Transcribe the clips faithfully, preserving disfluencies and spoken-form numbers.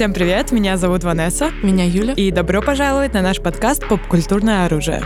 Всем привет, меня зовут Ванесса. Меня Юля. И добро пожаловать на наш подкаст «Поп-культурное оружие».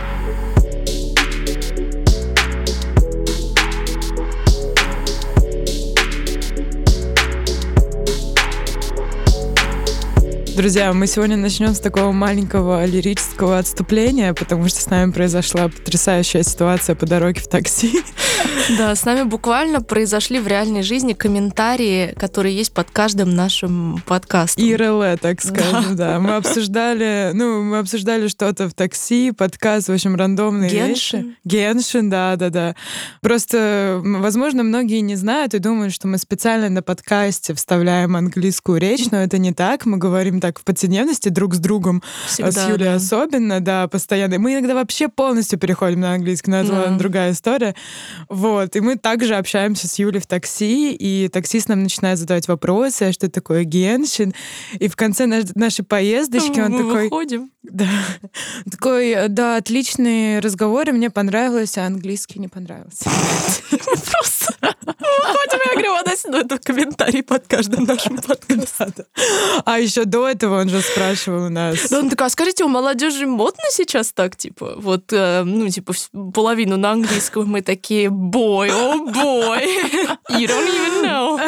Друзья, мы сегодня начнем с такого маленького лирического отступления, потому что с нами произошла потрясающая ситуация по дороге в такси. Да, с нами буквально произошли в реальной жизни комментарии, которые есть под каждым нашим подкастом. ИРЛ, так скажем, да. да. Мы обсуждали, ну, мы обсуждали что-то в такси, подкаст, в общем, рандомные Геншин. вещи. Геншин, да-да-да. Просто, возможно, многие не знают и думают, что мы специально на подкасте вставляем английскую речь, но это не так. Мы говорим так в повседневности друг с другом, Всегда, с Юлей да. особенно, да, постоянно. Мы иногда вообще полностью переходим на английский, но это Да. ладно, другая история. Вот, и мы также общаемся с Юлей в такси, и таксист нам начинает задавать вопросы, а что такое геншин, и в конце наш, нашей поездочки он Мы такой... выходим. Да, такой, да, отличные разговоры, мне понравилось, а английский не понравился. Просто выходим, я говорю, Ванесса, ну это комментарий под каждым нашим подкастом. А еще до этого он же спрашивал у нас... Да, он такой, а скажите, у молодежи модно сейчас так, типа, вот, э, ну, типа, половину на английском, мы такие, бой, о бой, you don't even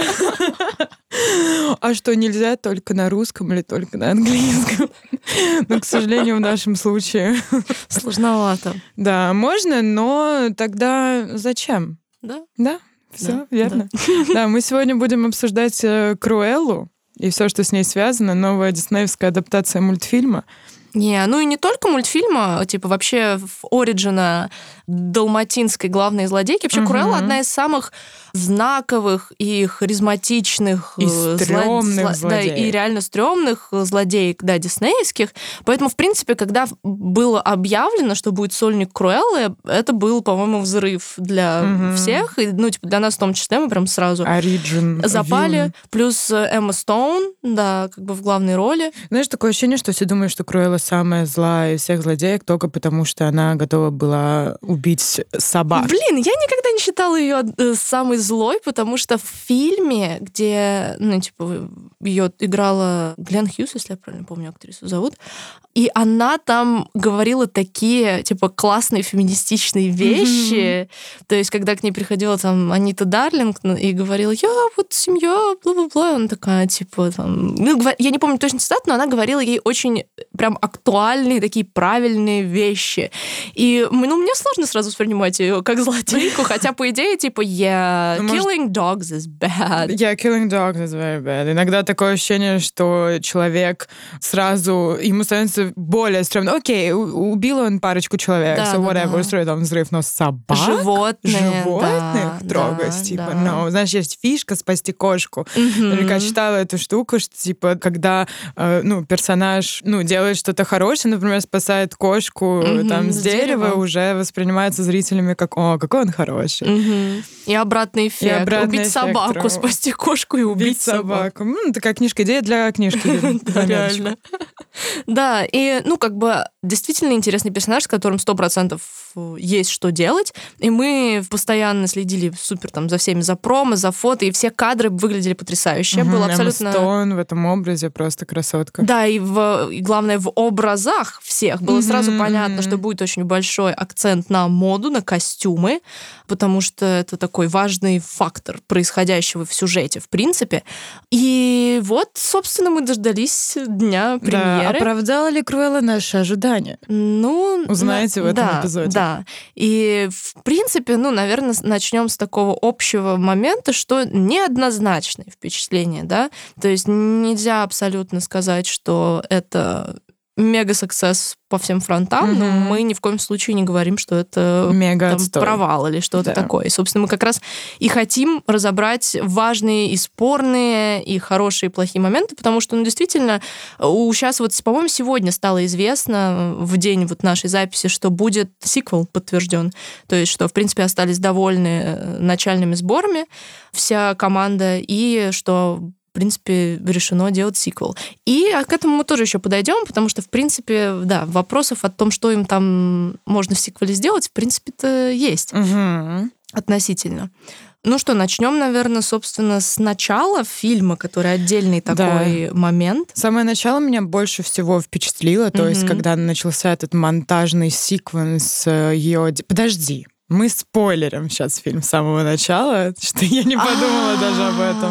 know. А что, нельзя только на русском или только на английском? Ну, к сожалению, в нашем случае. Сложновато. Да, можно, но тогда зачем? Да? Да, все Да, верно. Да. да, мы сегодня будем обсуждать Круэллу и все, что с ней связано, новая диснеевская адаптация мультфильма. Не, ну и не только мультфильма, типа вообще в оригина далматинской главной злодейки. Вообще, угу. Круэлла одна из самых знаковых и харизматичных и стрёмных зло... злодеек. Да, и реально стрёмных злодеек, да, диснеевских. Поэтому, в принципе, когда было объявлено, что будет сольник Круэллы, это был, по-моему, взрыв для угу. всех. И, ну, типа, для нас в том числе мы прям сразу Origin, запали. View. Плюс Эмма Стоун, да, как бы в главной роли. Знаешь, такое ощущение, что все думают, что Круэлла самая злая из всех злодеек только потому, что она готова была убить собак. Блин, я никогда не считала ее самой злой, потому что в фильме, где, ну, типа, ее играла Глен Хьюз, если я правильно помню, актрису зовут, и она там говорила такие, типа, классные феминистичные вещи. Mm-hmm. То есть, когда к ней приходила там Анита Дарлинг и говорила, я вот семья, бла-бла-бла, она такая, типа, там... Ну, я не помню точно цитату, но она говорила ей очень прям актуальные, такие правильные вещи. И, ну, мне сложно сразу воспринимать ее как злодейку, хотя, по идее, типа, yeah, killing dogs is bad. Yeah, killing dogs is very bad. Иногда такое ощущение, что человек сразу, ему становится более стрёмно. Окей, убил он парочку человек, да, so да, whatever, да. устроил там взрыв, но собак? Животные. Животных да, трогать, да, типа, да. no. Знаешь, есть фишка спасти кошку. Mm-hmm. Наверняка читала эту штуку, что, типа, когда, э, ну, персонаж, ну, делает что-то хорошее, например, спасает кошку mm-hmm. там с, с дерева, дерева, уже воспринимается зрителями как, о, какой он хороший. Mm-hmm. И обратный эффект. И обратный убить эффект собаку, трогал. Спасти кошку и убить, убить собаку. собаку. Ну, такая книжка, идея для книжки. Да, реально. Да, и, ну, как бы, действительно интересный персонаж, с которым сто процентов есть что делать, и мы постоянно следили супер там за всеми, за промо, за фото, и все кадры выглядели потрясающе. Угу, было абсолютно... Эмма Стоун в этом образе просто красотка. Да, и, в, и главное, в образах всех было mm-hmm. сразу понятно, что будет очень большой акцент на моду, на костюмы, потому что это такой важный фактор происходящего в сюжете, в принципе. И вот, собственно, мы дождались дня премьеры. Да, оправдала ли Круэлла наши ожидания? Ну, узнаете на... в этом да, эпизоде. Да. И, в принципе, ну, наверное, начнем с такого общего момента, что неоднозначные впечатления, да. То есть нельзя абсолютно сказать, что это мега-суксесс по всем фронтам, mm-hmm. но мы ни в коем случае не говорим, что это там, провал или что-то да. такое. И, собственно, мы как раз и хотим разобрать важные и спорные, и хорошие, и плохие моменты, потому что, ну, действительно, у сейчас вот, по-моему, сегодня стало известно, в день вот нашей записи, что будет сиквел подтвержден. То есть, что, в принципе, остались довольны начальными сборами вся команда, и что в принципе, решено делать сиквел. И к этому мы тоже еще подойдем, потому что, в принципе, да, вопросов о том, что им там можно в сиквеле сделать, в принципе-то есть. Угу. Относительно. Ну что, начнем, наверное, собственно, с начала фильма, который отдельный такой да. момент. Самое начало меня больше всего впечатлило, то mm-hmm. есть когда начался этот монтажный секвенс ее... Подожди. Мы спойлерим сейчас фильм с самого начала, что я не подумала даже об этом.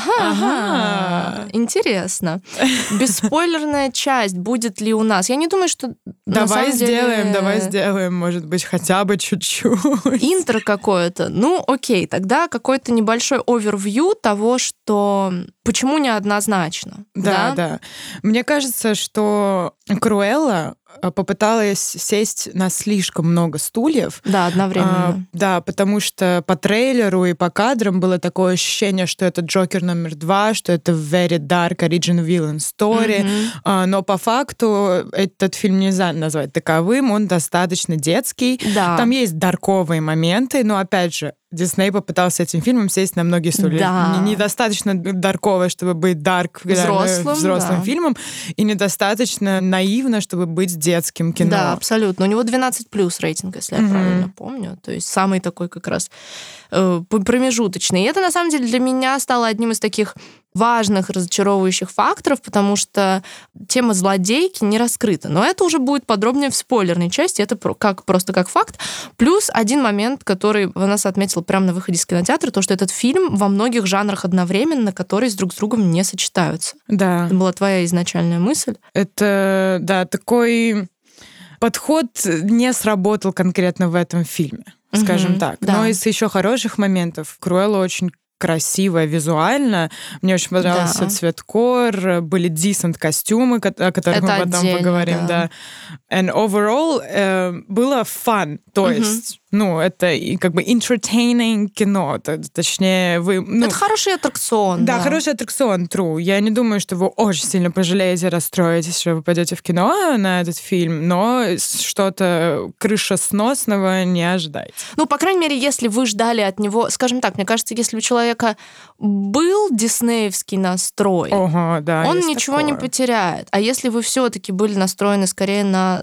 Ага. Интересно. Бесспойлерная часть будет ли у нас? Я не думаю, что... Давай сделаем, давай сделаем, может быть, хотя бы чуть-чуть. Интро какое-то. Ну, окей, тогда какой-то небольшой овервью того, что... Почему неоднозначно? Да, да. да. Мне кажется, что Круэлла попыталась сесть на слишком много стульев. Да, одновременно. А, да, потому что по трейлеру и по кадрам было такое ощущение, что это Джокер номер два, что это very dark origin villain story. Mm-hmm. А, но по факту этот фильм нельзя назвать таковым, он достаточно детский. Да. Там есть дарковые моменты, но опять же, Дисней попытался этим фильмом сесть на многие стулья. Да. Недостаточно дарково, чтобы быть дарк взрослым, взрослым да. фильмом, и недостаточно наивно, чтобы быть детским кино. Да, абсолютно. У него двенадцать плюс рейтинг, если mm-hmm. я правильно помню. То есть самый такой как раз э, промежуточный. И это, на самом деле, для меня стало одним из таких важных, разочаровывающих факторов, потому что тема злодейки не раскрыта. Но это уже будет подробнее в спойлерной части, это как, просто как факт. Плюс один момент, который Ванесса отметила прямо на выходе из кинотеатра, то, что этот фильм во многих жанрах одновременно, которые друг с другом не сочетаются. Да. Это была твоя изначальная мысль. Это, да, такой подход не сработал конкретно в этом фильме, скажем угу, так. да. Но из еще хороших моментов Круэлла очень красивая визуально. Мне очень понравился да. цветкор, были decent костюмы, о которых это мы потом поговорим. Да. Да. And overall э, было fun. То uh-huh. есть, ну, это как бы entertaining кино. Точнее, вы... Ну, это хороший аттракцион. Да, да, хороший аттракцион, true. Я не думаю, что вы очень сильно пожалеете, расстроитесь, что вы пойдете в кино на этот фильм, но что-то крышесносного не ожидайте. Ну, по крайней мере, если вы ждали от него... Скажем так, мне кажется, если у человека был диснеевский настрой, Ого, да, он ничего такое. не потеряет. А если вы все-таки были настроены скорее на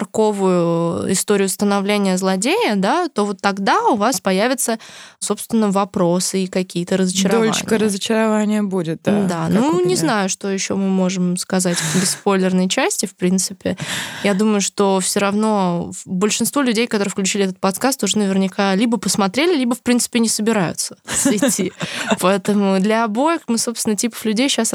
дарковую историю становления злодея, да, то вот тогда у вас появятся, собственно, вопросы и какие-то разочарования. Дольчика разочарования будет, да. Да, ну не знаю, что еще мы можем сказать в бесспойлерной части, в принципе. Я думаю, что все равно большинство людей, которые включили этот подкаст, уже наверняка либо посмотрели, либо, в принципе, не собираются идти. Поэтому для обоих мы, собственно, типов людей сейчас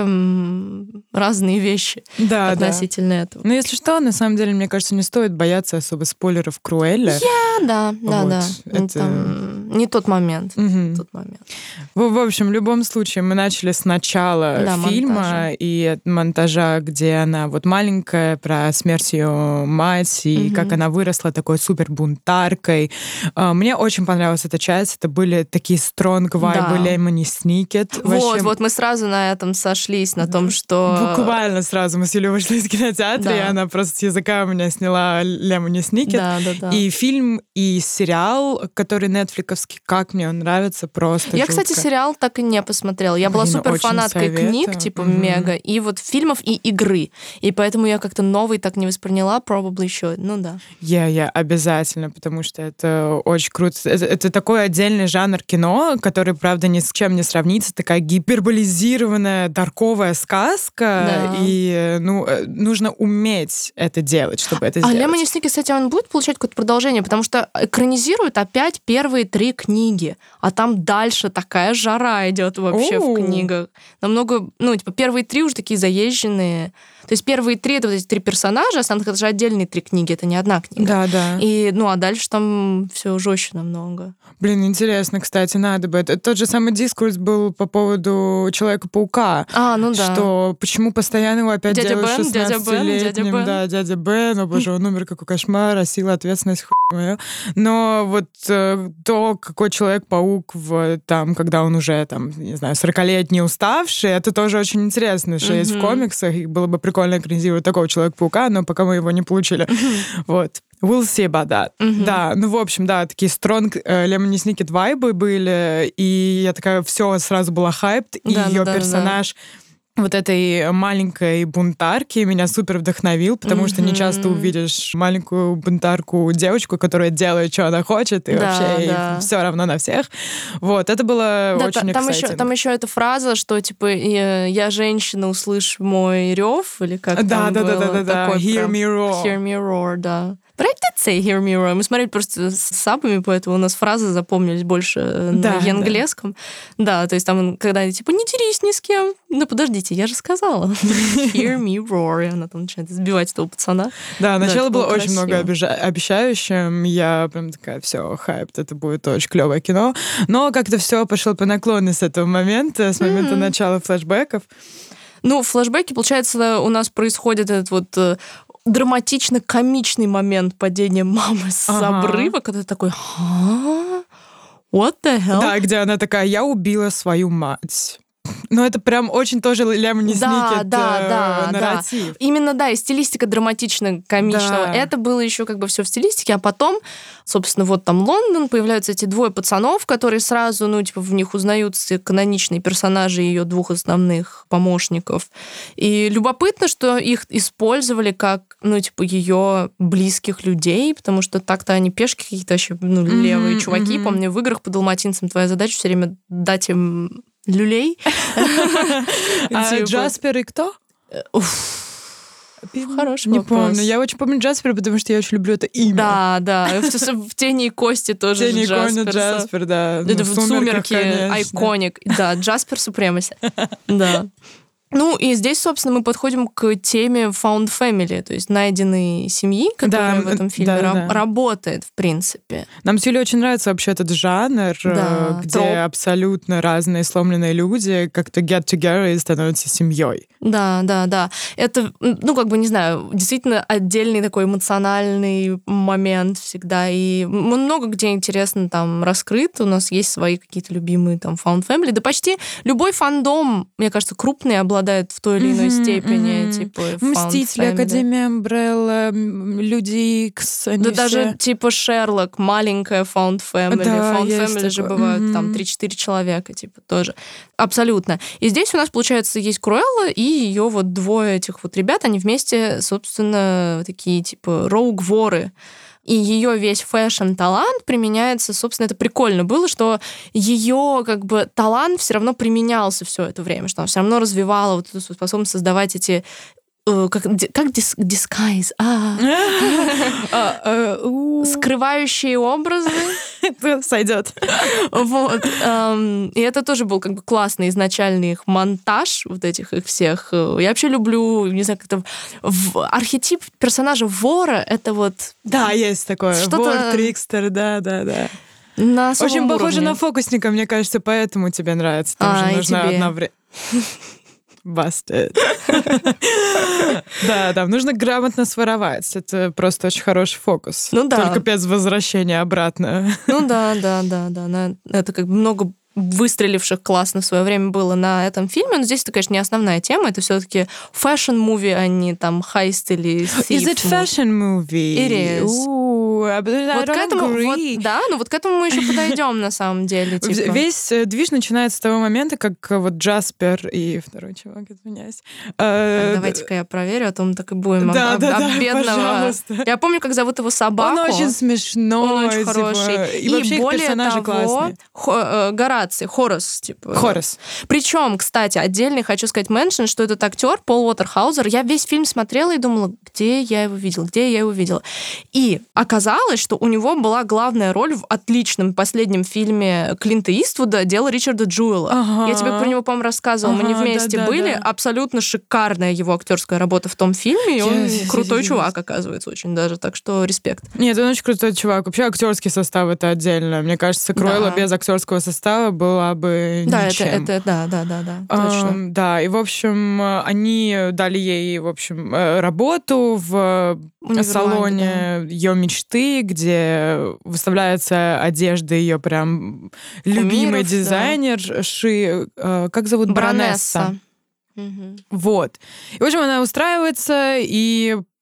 раскроем разные вещи да, относительно да. этого. Ну, если что, на самом деле, мне кажется, не стоит бояться особо спойлеров Круэлля. Я, да, да, вот. да. Это... Там, не тот момент. Угу. Тот момент. В, в общем, в любом случае, мы начали с начала да, фильма монтажа. и от монтажа, где она вот маленькая, про смерть ее мать, и угу. как она выросла такой супер бунтаркой. Мне очень понравилась эта часть. Это были такие strong вайбы да. Лемони Сникет. Вот, Вообще... вот мы сразу на этом сошлись, на том, что... Буквально сразу мы с Юлей вышли из кинотеатра, да. и она просто с языка у меня сняла Лемони Сникет. Да, да, да. И фильм, и сериал, который нетфликовский, как мне он нравится, просто Я, жутко. кстати, сериал так и не посмотрела. Я была Блин, супер фанаткой советую. книг, типа mm-hmm. мега, и вот фильмов и игры. И поэтому я как-то новый так не восприняла, probably еще. Ну да. Я, я обязательно, потому что это очень круто. Это, это такой отдельный жанр кино, который, правда, ни с чем не сравнится. Такая гиперболизированная, дарковая сказка. Да. И ну, нужно уметь это делать, чтобы это а сделать. А Лемони Сникет, кстати, он будет получать какое-то продолжение, потому что экранизируют опять первые три книги, а там дальше такая жара идет вообще Оу. в книгах. Намного, ну, типа, первые три уже такие заезженные. То есть первые три — это вот эти три персонажа, основных — это же отдельные три книги, это не одна книга. Да, да. И, ну, а дальше там все жестче намного. Блин, интересно, кстати, надо бы. Это тот же самый дискурс был по поводу Человека-паука. А, ну да. Что почему постоянно его опять дядя делают Бен, дядя Бен, дядя Бен. Да, дядя Бен, о боже, он умер, какой кошмар, а сила, ответственность, хуй моё. Но вот э, то, какой Человек-паук, в, там, когда он уже, там, не знаю, сорокалетний уставший, это тоже очень интересно, что mm-hmm. есть в комиксах, и было бы прикольно экранизировать такого Человека-паука, но пока мы его не получили. Mm-hmm. Вот. We'll see about that. Mm-hmm. Да, ну, в общем, да, такие стронг Лемони Сникет вайбы были, и я такая, все, сразу была хайпт, и да, ее да, персонаж... Да. вот этой маленькой бунтарки меня супер вдохновил, потому mm-hmm. что не часто увидишь маленькую бунтарку, девочку, которая делает, что она хочет, и да, вообще да. все равно на всех. Вот, это было да, очень там еще, там еще эта фраза, что, типа, я женщина, услышь мой рев, или как да, там да, было? Да, да, да, да. Hear прям, me roar. Hear me roar, да. But I did say hear me roar. Мы смотрели просто с сабами, поэтому у нас фразы запомнились больше да, на английском. Да. да, то есть там, когда они типа, не дерись ни с кем. Ну, подождите, я же сказала. Hear me roar. И она там начинает избивать этого пацана. Да, начало да, было, было очень много обещающим. Я прям такая, все, хайп, это будет очень клевое кино. Но как-то все пошло по наклону с этого момента, с момента mm-hmm. начала флешбеков. Ну, в флешбеке, получается, у нас происходит этот вот драматично-комичный момент падения мамы с ага. обрыва, когда ты такой, а? What the hell? Да, где она такая, я убила свою мать. Но это прям очень тоже Лемони да, Сникет да, э, да, нарратив. Да. Именно, да, и стилистика драматично-комичного. Да. Это было еще как бы все в стилистике, а потом, собственно, вот там Лондон, появляются эти двое пацанов, которые сразу, ну, типа, в них узнаются каноничные персонажи ее двух основных помощников. И любопытно, что их использовали как, ну, типа, ее близких людей, потому что так-то они пешки какие-то вообще, ну, левые mm-hmm, чуваки. Mm-hmm. Помню, в играх по далматинцам твоя задача все время дать им люлей. А Джаспер и кто? Хороший Не вопрос. помню. Я очень помню Джаспера, потому что я очень люблю это имя. Да, да. В «Тени и кости» тоже Тени и Джаспер. Джаспер, да. Это в «Сумерки» айконик. Да, Джаспер Супремаси. Да. Ну, и здесь, собственно, мы подходим к теме found family, то есть найденной семьи, которая да, в этом фильме да, раб- да. работает, в принципе. Нам с Юлей очень нравится вообще этот жанр, да, где троп. Абсолютно разные сломленные люди как-то get together и становятся семьей. Да, да, да. Это, ну, как бы, не знаю, действительно отдельный такой эмоциональный момент всегда. И много где интересно там раскрыт. У нас есть свои какие-то любимые там found family. Да почти любой фандом, мне кажется, крупный, обладает в той или иной mm-hmm, степени, mm-hmm. типа Мстители, Академия Амбрелла, Люди Икс, они да все... даже типа Шерлок, маленькая found family. Да, found family такое. Же бывают mm-hmm. там три-четыре человека, типа, тоже. Абсолютно. И здесь у нас, получается, есть Круэлла и ее вот двое этих вот ребят, они вместе, собственно, такие, типа, роуг-воры. И ее весь фэшн-талант применяется, собственно, это прикольно было, что ее как бы талант все равно применялся все это время, что она все равно развивала вот эту способность создавать эти как, как дис, disguise, а, скрывающие образы. Сойдет. Вот. И это тоже был как бы классный изначальный их монтаж вот этих их всех. Я вообще люблю, не знаю, как-то архетип персонажа вора, это вот... Да, есть такое. Вор, трикстер, да, да, да. Очень похоже на фокусника, мне кажется, поэтому тебе нравится. Там же нужна одна время. Busted. Да, там нужно грамотно своровать. Это просто очень хороший фокус. Ну да. Только без возвращения обратно. Ну да, да, да, да. Это как бы много выстреливших классно в свое время было на этом фильме, но здесь это, конечно, не основная тема, это все-таки фэшн-муви, а не там хайст или thief. Is it fashion movie? It is. Ooh, I вот don't к этому, вот, agree. да, ну вот к этому мы еще подойдем на самом деле. Типа. Весь движ начинается с того момента, как вот Джаспер и второй чувак, извиняюсь. Так, давайте-ка я проверю, а то мы так и будем да, об, да, об да, бедного. Пожалуйста. Я помню, как зовут его собаку. Он очень смешной. Он очень типа, хороший. И, и вообще более персонажи того, классные. Хо, Гораций, Хорас, типа. Хорас. Причем, кстати, отдельный хочу сказать меншн, что этот актер Пол Уотерхаузер, я весь фильм смотрела и думала, где я его видела, где я его видела. И оказалось, что у него была главная роль в отличном последнем фильме Клинта Иствуда «Дело Ричарда Джуэла». Ага. Я тебе про него, по-моему, рассказывала. Ага, мы не вместе да, да, были. Да. Абсолютно шикарная его актерская работа в том фильме, и он yes, крутой yes, yes, чувак, yes. оказывается, очень даже. Так что респект. Нет, он очень крутой чувак. Вообще актерский состав это отдельно. Мне кажется, Круэлла да. без актерского состава была бы да, ничем. Это, это, да, да, да, да, точно. Um, да, и, в общем, они дали ей, в общем, работу в салоне да. ее мечты, где выставляется одежда ее прям любимый Кумиров, дизайнер, да. Ши, как зовут? Бронесса. Бронесса. Угу. Вот. И, в общем, она устраивается, и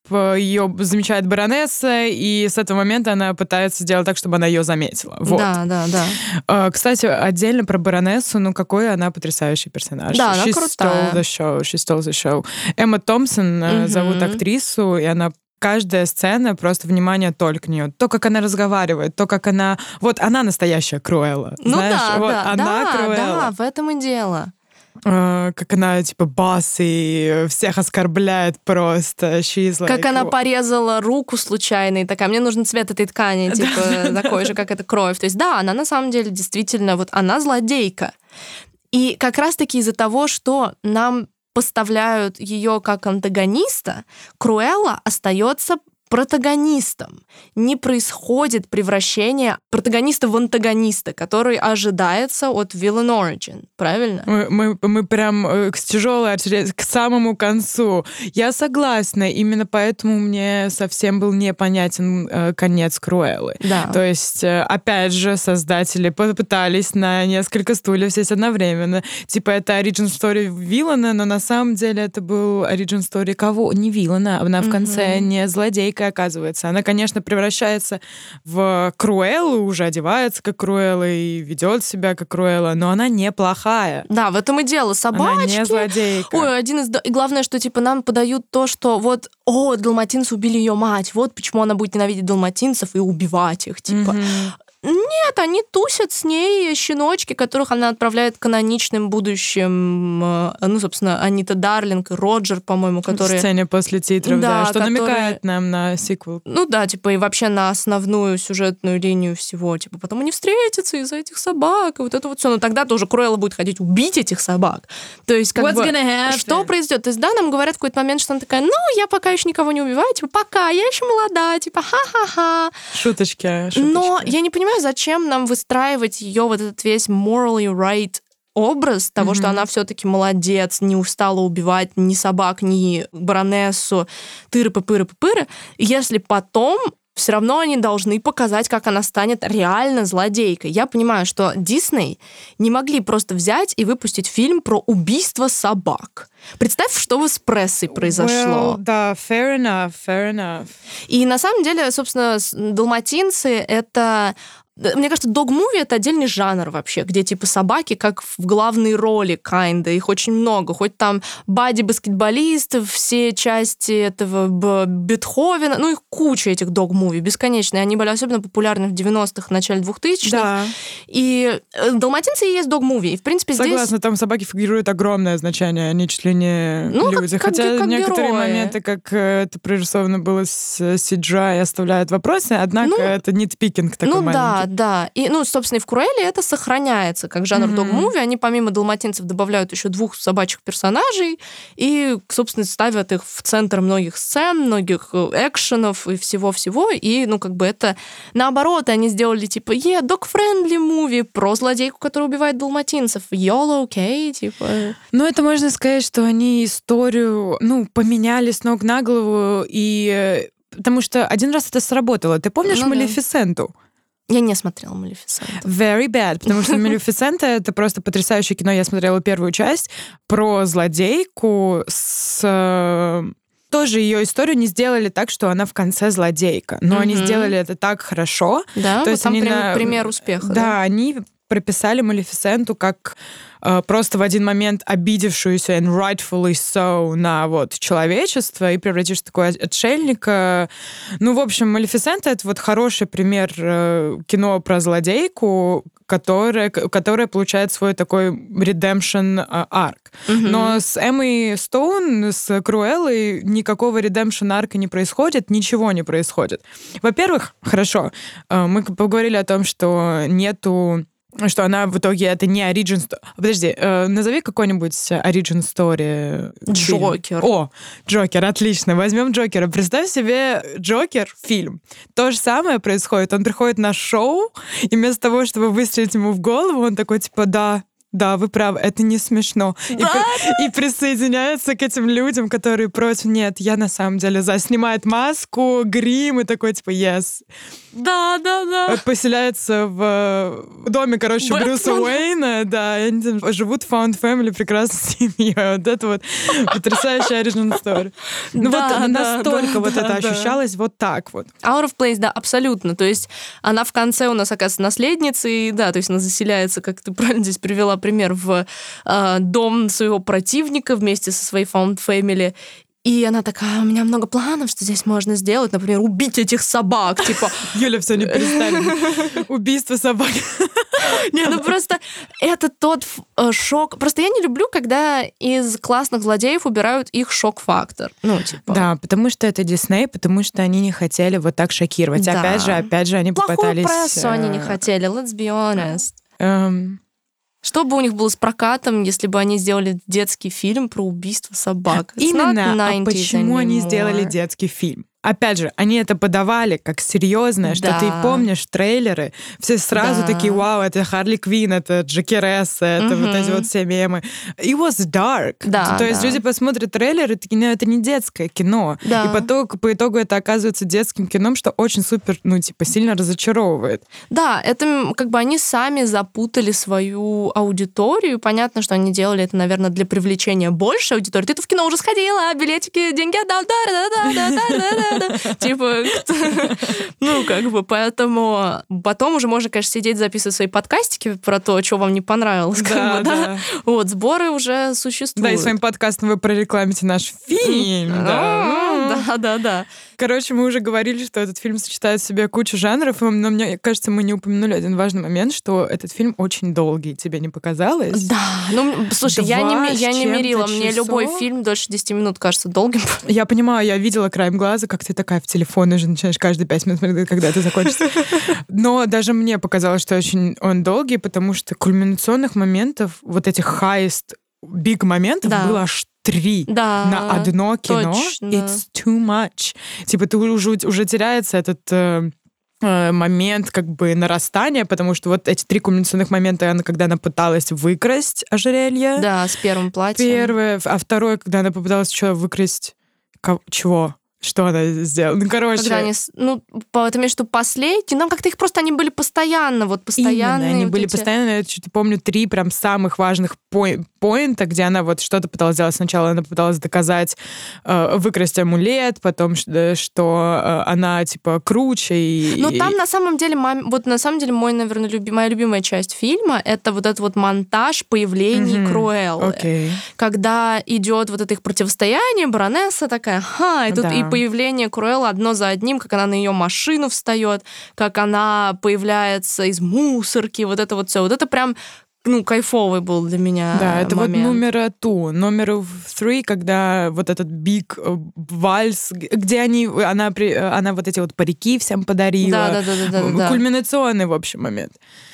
ее замечает баронесса, и с этого момента она пытается сделать так, чтобы она ее заметила. Вот. Да, да, да. Кстати, отдельно про баронессу, ну какой она потрясающий персонаж. Да, она She крутая. Stole the show, she stole the show. Эмма Томпсон mm-hmm. зовут актрису, и она каждая сцена, просто внимание только к нее. То, как она разговаривает, то, как она... Вот она настоящая Круэлла. Ну знаешь? да, вот да, она да, Круэлла. да, в этом и дело. Uh, как она, типа, бас и всех оскорбляет просто. She's like... Как она порезала руку случайно, и такая, мне нужен цвет этой ткани, типа, такой же, как эта кровь. То есть, да, она на самом деле действительно, вот она злодейка. И как раз-таки из-за того, что нам поставляют ее как антагониста, Круэлла остается протагонистом. Не происходит превращение протагониста в антагониста, который ожидается от Villain Origin. Правильно? Мы, мы, мы прям к тяжелой очереди, к самому концу. Я согласна. Именно поэтому мне совсем был непонятен э, конец Круэллы. Да. То есть, э, опять же, создатели попытались на несколько стульев сесть одновременно. Типа, это origin story Виллана, но на самом деле это был origin story кого? Не Виллана. Она в конце mm-hmm. не злодейка, оказывается. Она, конечно, превращается в Круэллу, уже одевается как Круэлла и ведет себя как Круэлла, но она неплохая. Да, в этом и дело. Собачки. Она не злодейка. Ой, один из... И главное, что, типа, нам подают то, что вот, о, далматинцы убили ее мать, вот почему она будет ненавидеть далматинцев и убивать их, типа. Mm-hmm. Нет, они тусят с ней щеночки, которых она отправляет к каноничным будущим, ну, собственно, Анита Дарлинг и Роджер, по-моему, которые... В сцене после титров, да, да что которые... намекает нам на сиквел. Ну да, типа, и вообще на основную сюжетную линию всего, типа, потом они встретятся из-за этих собак, и вот это вот все. Но тогда тоже Круэлла будет ходить убить этих собак. То есть, как What's бы, что произойдет? То есть, да, нам говорят в какой-то момент, что она такая, ну, я пока еще никого не убиваю, типа, пока, я еще молода, типа, ха-ха-ха. Шуточки, шуточки. Но я не понимаю, зачем нам выстраивать ее вот этот весь morally right образ того, mm-hmm. что она все-таки молодец, не устала убивать ни собак, ни баронессу, тыры-пыпыры-пыпыры, если потом все равно они должны показать, как она станет реально злодейкой. Я понимаю, что Дисней не могли просто взять и выпустить фильм про убийство собак. Представь, что с прессой произошло. Well, да, fair enough, fair enough. И на самом деле, собственно, далматинцы — это... Мне кажется, дог-муви — это отдельный жанр вообще, где типа собаки как в главной роли, kinda, их очень много. Хоть там бади-баскетболистов, все части этого Бетховена, ну их куча этих дог-муви, бесконечные. Они были особенно популярны в девяностых, начале двухтысячных. Да. И далматинцы и есть дог-муви. И, в принципе, Согласна, здесь... там собаки фигурируют огромное значение, они чуть ли не ну, люди. Как, Хотя как, как некоторые герои. моменты, как это прорисовано было с си джи ай, оставляют вопросы, однако ну, это нитпикинг такой ну, маленький. Да, да. И, ну, собственно, и в Круэлле это сохраняется как жанр mm-hmm. дог-муви. Они помимо далматинцев добавляют еще двух собачьих персонажей и, собственно, ставят их в центр многих сцен, многих экшенов и всего-всего. И, ну, как бы это наоборот, они сделали типа, е, yeah, dog-friendly movie про злодейку, которая убивает далматинцев. YOLO, окей, okay, типа. Ну, это можно сказать, что они историю, ну, поменяли с ног на голову, и потому что один раз это сработало. Ты помнишь ну, Малефисенту? Да. Я не смотрела «Малефисенту». Very bad, потому что «Малефисента» — это просто потрясающее кино. Я смотрела первую часть про злодейку с... Тоже ее историю не сделали так, что она в конце злодейка. Но mm-hmm. они сделали это так хорошо. Да, то вот есть там они прям на... пример успеха. Да, да, они прописали Малефисенту как э, просто в один момент обидевшуюся and rightfully so на вот человечество и превратишь в такого отшельника. Ну, в общем, Малефисента — это вот хороший пример э, кино про злодейку, которая, которая получает свой такой redemption арк. Mm-hmm. Но с Эммой Стоун, с Круэллой никакого redemption арка не происходит, ничего не происходит. Во-первых, хорошо, э, мы поговорили о том, что нету что она в итоге это не origin story. Подожди, э, назови какой-нибудь origin story. Джокер. О, Джокер, отлично. Возьмем Джокера. Представь себе Джокер фильм. То же самое происходит. Он приходит на шоу, и вместо того, чтобы выстрелить ему в голову, он такой, типа, да, да, вы правы, это не смешно. Да, и, при, и присоединяется к этим людям, которые против. Нет, я на самом деле за. Снимает маску, грим и такой, типа, yes. Да, да, да. Поселяется в доме, короче, Бэтмен. Брюса Уэйна, да, и они там живут в Found Family прекрасной семьей. Вот это вот потрясающая origin story. Ну Да, вот да, настолько да, вот да, это да. ощущалось вот так вот. Out of place, да, абсолютно. То есть она в конце у нас, оказывается, наследница, и да, то есть она заселяется, как ты правильно здесь привела пример, в э, дом своего противника вместе со своей Found Family. И она такая, у меня много планов, что здесь можно сделать. Например, убить этих собак. Типа, Юля все не перестанет. Убийство собак. не, ну просто это тот э, шок. Просто я не люблю, когда из классных злодеев убирают их шок-фактор. Ну, типа. Да, потому что это Дисней, потому что они не хотели вот так шокировать. Да. Опять же, опять же, они Плохую попытались... прессу они не э, хотели, let's be honest. эм, Что бы у них было с прокатом, если бы они сделали детский фильм про убийство собак? It's not Именно, а nineties почему они anymore. сделали детский фильм? Опять же, они это подавали как серьезное, что Да. ты помнишь трейлеры, все сразу Да. такие, вау, это Харли Квинн, это Джеки Ресса, это Мгм. вот эти вот все мемы. It was dark. Да, То есть да. люди посмотрят трейлер и такие, ну, это не детское кино. Да. И по итогу, по итогу это оказывается детским кином, что очень супер, ну, типа, сильно разочаровывает. Да, это м, как бы они сами запутали свою аудиторию. Понятно, что они делали это, наверное, для привлечения большей аудитории. Ты-то в кино уже сходила, билетики, деньги отдал, да-да-да-да-да-да-да. Типа, кто- ну, как бы, поэтому потом уже можно, конечно, сидеть, записывать свои подкастики про то, что вам не понравилось. как бы, да. Вот, сборы уже существуют. Да, и своим подкастом вы прорекламите наш фильм. Да. А, Да, да, да. Короче, мы уже говорили, что этот фильм сочетает в себе кучу жанров, но мне кажется, мы не упомянули один важный момент, что этот фильм очень долгий. Тебе не показалось? Да, ну, м, слушай, я не, Два ми- я с не чем-то мерила. Мне любой часов? фильм дольше десяти минут кажется долгим. Я понимаю, я видела краем глаза, как ты такая в телефон уже начинаешь каждые пять минут смотреть, когда это закончится. Но даже мне показалось, что очень он долгий, потому что кульминационных моментов, вот этих хайст, биг моментов Да. было аж три Да, на одно кино. точно. It's too much. Типа ты уже, уже теряется этот э, э, момент как бы нарастания, потому что вот эти три кульминационных момента, она, когда она пыталась выкрасть ожерелье, Да, с первым платьем. первое, а второе, когда она попыталась что, выкрасть... ко- Чего? Что она сделала? Ну, короче... Когда они, с- ну, по- это между последние, нам как-то их просто, они были постоянно, вот постоянно. Именно, они были постоянно, я что-то помню, три прям самых важных пой- поинта, где она вот что-то пыталась сделать. Сначала она попыталась доказать, э, выкрасть амулет, потом, что, что э, она, типа, круче. И, Ну, там, на самом деле, мам- вот на самом деле, мой, наверное, люби- моя любимая часть фильма — это вот этот вот монтаж появлений Мгм. Круэллы. Окей. Когда идет вот это их противостояние, баронесса такая, ха, и тут Да. и появление Круэллы одно за одним, как она на ее машину встает, как она появляется из мусорки, вот это вот все. Вот это прям, ну, кайфовый был для меня Да, это момент. вот номер ту. Номер три, когда вот этот биг э, вальс, г- где они, она, при- э, она вот эти вот парики всем подарила. Да, да, да, да, да, да. Кульминационный, в общем, момент.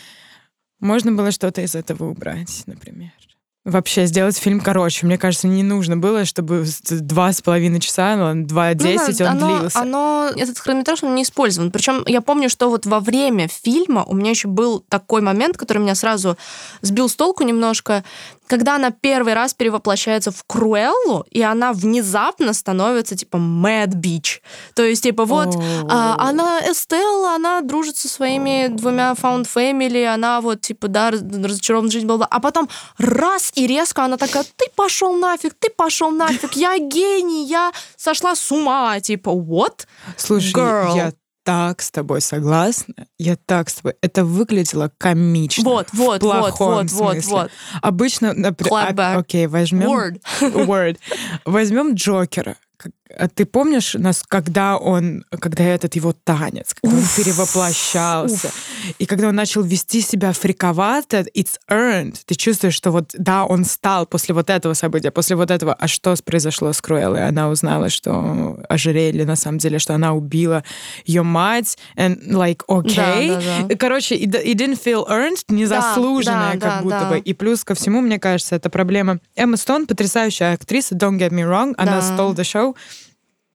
Можно было что-то из этого убрать, например. Вообще сделать фильм короче. Мне кажется, не нужно было, чтобы с- два с половиной часа, два десять Ну, он оно, длился. оно- этот хронометраж он не использован. Причем я помню, что вот во время фильма у меня еще был такой момент, который меня сразу сбил с толку немножко, когда она первый раз перевоплощается в Круэллу, и она внезапно становится типа Mad Bitch. То есть типа вот О. а, она Эстелла, она дружит со своими двумя Found Family, она вот типа да раз- разочарована жизнь была, а потом раз и резко она такая: ты пошел нафиг, ты пошел нафиг, я гений, я сошла с ума, типа what? Слушай, Girl. я так с тобой согласна. Я так с тобой. Это выглядело комично. Вот, в вот, вот, плохом вот, вот, смысле. вот. Обычно, например, Clapback. окей, возьмем... Word. Word. Возьмем Джокера. Как- а Ты помнишь, нас, когда он, когда этот его танец, когда он перевоплощался, и когда он начал вести себя фриковато, it's earned. Ты чувствуешь, что вот, да, он стал после вот этого события, после вот этого. А что с- произошло с Круэллой? Она узнала, что ожерелье, на самом деле, что она убила ее мать, and like, окей. Да, да, да. Короче, it, it didn't feel earned, незаслуженное, да, как да, будто да. бы. И плюс ко всему, мне кажется, это проблема. Эмма Стоун потрясающая актриса, don't get me wrong, она Да. stole the show.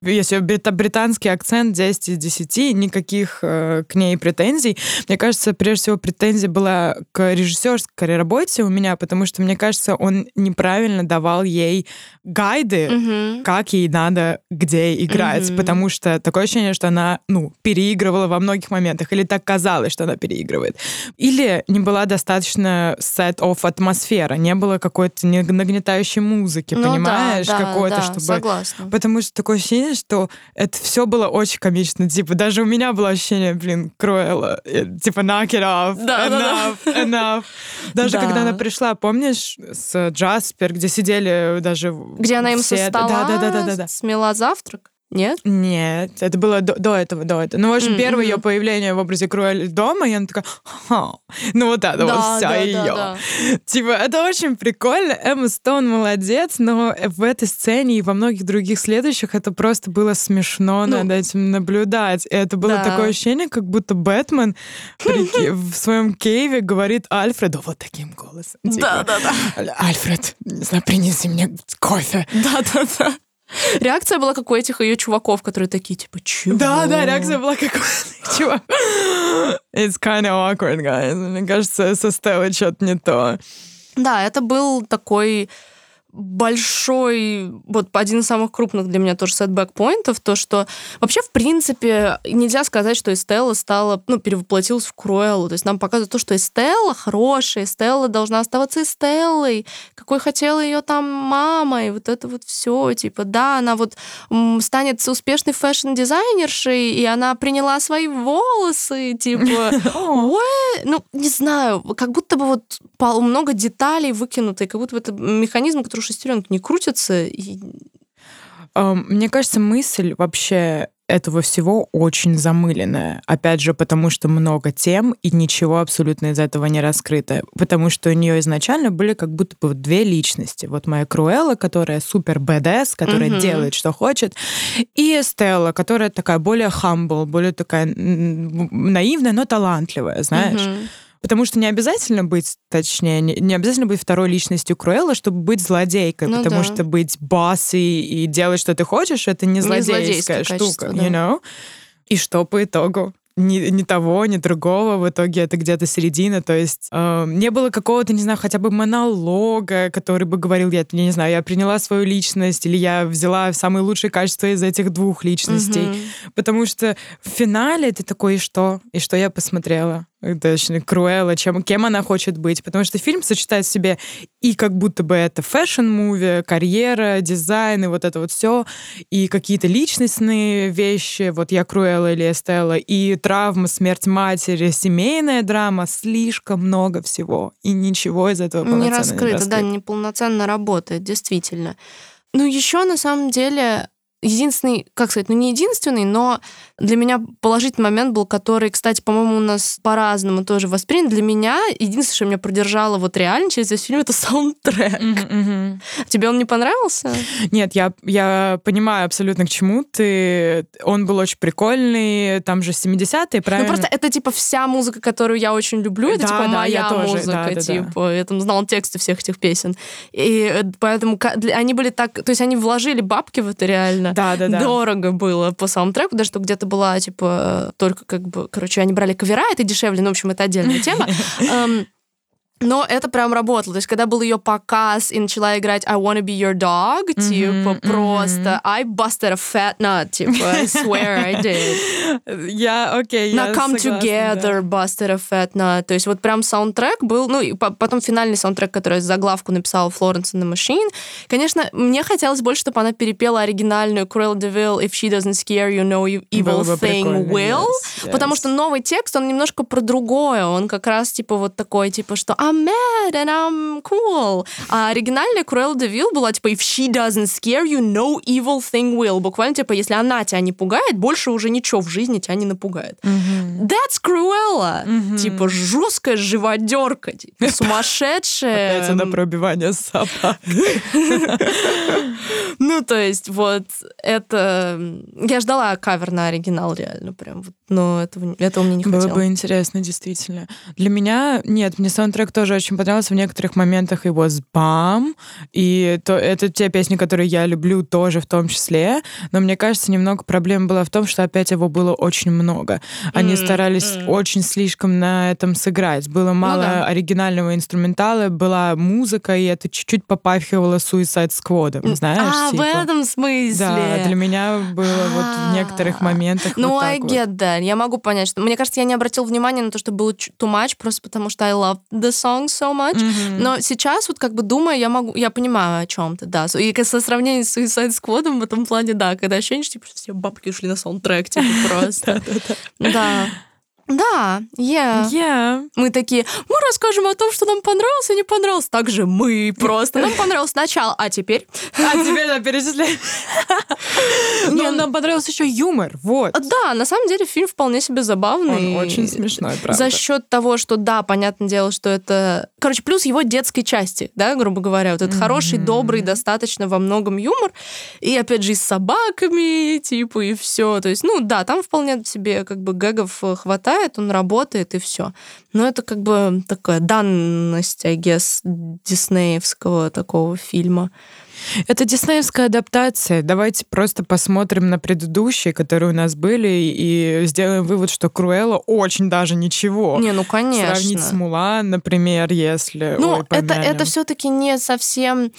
Если британский акцент десять из десяти, никаких э, к ней претензий. Мне кажется, прежде всего, претензия была к режиссерской работе у меня, потому что, мне кажется, он неправильно давал ей гайды, mm-hmm. как ей надо где играть, mm-hmm. потому что такое ощущение, что она, ну, переигрывала во многих моментах, или так казалось, что она переигрывает. Или не была достаточно set-off атмосфера, не было какой-то нагнетающей музыки, ну, понимаешь, да, какой-то, да, чтобы... Согласна. Потому что такое ощущение, что это все было очень комично. Типа, даже у меня было ощущение, блин, Круэлла, типа, knock it off, да, enough, да, да. enough. Даже да. когда она пришла, помнишь, с Джаспер, где сидели даже Где она им все... со стола да, да, да, да, да, да. смела завтрак? Нет? Нет, это было до, до этого, до этого. Ну, в общем, mm-hmm. первое ее появление в образе Круэль дома, и она такая, ха, ну вот это да, вот вся да, ее. Да, да. Типа, это очень прикольно, Эмма Стоун молодец, но в этой сцене и во многих других следующих это просто было смешно ну, над этим наблюдать. И это было да. такое ощущение, как будто Бэтмен в своем кейве говорит Альфреду вот таким голосом. Да, да, да. Альфред, не знаю, принеси мне кофе. Да, да, да. Реакция была как у этих ее чуваков, которые такие, типа, чего? Да, да, реакция была как у этих чуваков. It's kind of awkward, guys. Мне кажется, со Стеллой что-то не то. Да, это был такой большой, вот один из самых крупных для меня тоже сетбэк-поинтов, то, что вообще, в принципе, нельзя сказать, что Эстелла стала, ну, перевоплотилась в Круэллу. То есть нам показывают то, что Эстелла хорошая, Эстелла должна оставаться Эстеллой, какой хотела ее там мама, и вот это вот все, типа, да, она вот станет успешной фэшн-дизайнершей, и она приняла свои волосы, типа, ну, не знаю, как будто бы вот много деталей выкинуто, и как будто бы это механизм, который шестеренки не крутятся. И... Мне кажется, мысль вообще этого всего очень замыленная. Опять же, потому что много тем, и ничего абсолютно из этого не раскрыто. Потому что у нее изначально были как будто бы две личности. Вот моя Круэлла, которая супер бэдэс, которая mm-hmm. делает, что хочет, и Эстелла, которая такая более humble, более такая наивная, но талантливая, знаешь. Mm-hmm. Потому что не обязательно быть, точнее, не, не обязательно быть второй личностью Круэллы, чтобы быть злодейкой, ну, потому да. что быть боссой и делать, что ты хочешь, это не злодейская не штука, да. you know? И что по итогу? Ни, ни того, ни другого. В итоге это где-то середина. То есть э, не было какого-то, не знаю, хотя бы монолога, который бы говорил, я, я не знаю, я приняла свою личность, или я взяла самые лучшие качества из этих двух личностей. Mm-hmm. Потому что в финале ты такой, и что? И что я посмотрела? Точно, Круэлла, чем, кем она хочет быть. Потому что фильм сочетает в себе и как будто бы это фэшн-муви, карьера, дизайн, и вот это вот все, и какие-то личностные вещи, вот я Круэлла или Эстелла, и травма, смерть матери, семейная драма, слишком много всего. И ничего из этого полноценно не раскрыто. Не раскрыто, да, неполноценно работает, действительно. Ну, еще на самом деле... Единственный, как сказать, ну не единственный, но для меня положительный момент был, который, кстати, по-моему, у нас по-разному тоже воспринят. Для меня единственное, что меня продержало вот реально через весь фильм, это саундтрек. Mm-hmm. Тебе он не понравился? Нет, я, я понимаю абсолютно, к чему ты. Он был очень прикольный, там же семидесятые, правильно? Ну просто это типа вся музыка, которую я очень люблю, это да, типа моя тоже, музыка, да, да, типа, да. я там знала тексты всех этих песен. И поэтому они были так, то есть они вложили бабки в это реально. Да, да, да. Дорого было по саундтреку, даже что где-то была, типа, только как бы, короче, они брали кавера, это дешевле, ну, в общем, это отдельная тема. Но это прям работало. То есть, когда был ее показ и начала играть I Wanna Be Your Dog, mm-hmm, типа, mm-hmm. просто I busted a fat nut, типа, I swear I did. Я, окей, На я Come согласна, Together, да. busted a fat nut. То есть, вот прям саундтрек был, ну, и потом финальный саундтрек, который заглавку написала Florence and the Machine. Конечно, мне хотелось больше, чтобы она перепела оригинальную Cruella de Vil If She Doesn't Scare You, No Evil Thing Will. Yes, yes. Потому что новый текст, он немножко про другое. Он как раз, типа, вот такой, типа, что I'm mad and I'm cool. А оригинальная Cruella de Vil была типа If she doesn't scare you, no evil thing will. Буквально типа если она тебя не пугает, больше уже ничего в жизни тебя не напугает. Mm-hmm. That's Cruella. Mm-hmm. Типа жесткая живодерка, типа, сумасшедшая. Опять она пробивание собак. Ну, то есть, вот, это... Я ждала кавер на оригинал, реально, прям. Но этого, этого мне не Было хватило. бы интересно, действительно. Для меня... Нет, мне саундтрек тоже очень понравился. В некоторых моментах его сбам. И то, это те песни, которые я люблю тоже в том числе. Но мне кажется, немного проблема была в том, что опять его было очень много. Они Mm, старались mm. очень слишком на этом сыграть. Было мало Ну да. оригинального инструментала, была музыка, и это чуть-чуть попахивало Suicide Squad, знаешь? А, типа. в этом смысле. Да, для меня было вот в некоторых моментах Ну, вот I так вот. get that. Я могу понять, что... Мне кажется, я не обратила внимания на то, что было too much, просто потому что I love the song so much. Мгм. Но сейчас, вот как бы думая, я могу... Я понимаю о чем ты, да. И со сравнением с Suicide Squad в этом плане, да, когда ощущение, что типа, все бабки ушли на саундтрек, типа, просто. Да. Да, yeah. Yeah. Мы такие, мы расскажем о том, что нам понравилось и не понравилось. Так же мы просто. Нам понравилось сначала, а теперь... А теперь да, перечисляем. Но нам понравился еще юмор, вот. Да, на самом деле фильм вполне себе забавный. Он очень смешной, правда. За счет того, что, да, понятное дело, что это... Короче, плюс его детской части, да, грубо говоря. Вот это хороший, добрый, достаточно во многом юмор. И, опять же, и с собаками, типа, и все. То есть, ну, да, там вполне себе как бы гэгов хватает, он работает, и все. Но это как бы такая данность, I guess, диснеевского такого фильма. Это диснеевская адаптация. Давайте просто посмотрим на предыдущие, которые у нас были, и сделаем вывод, что Круэлла очень даже ничего. Не, ну, конечно. Сравнить с Мулан, например, если... Ну, Ой, это, помянем. это все-таки не совсем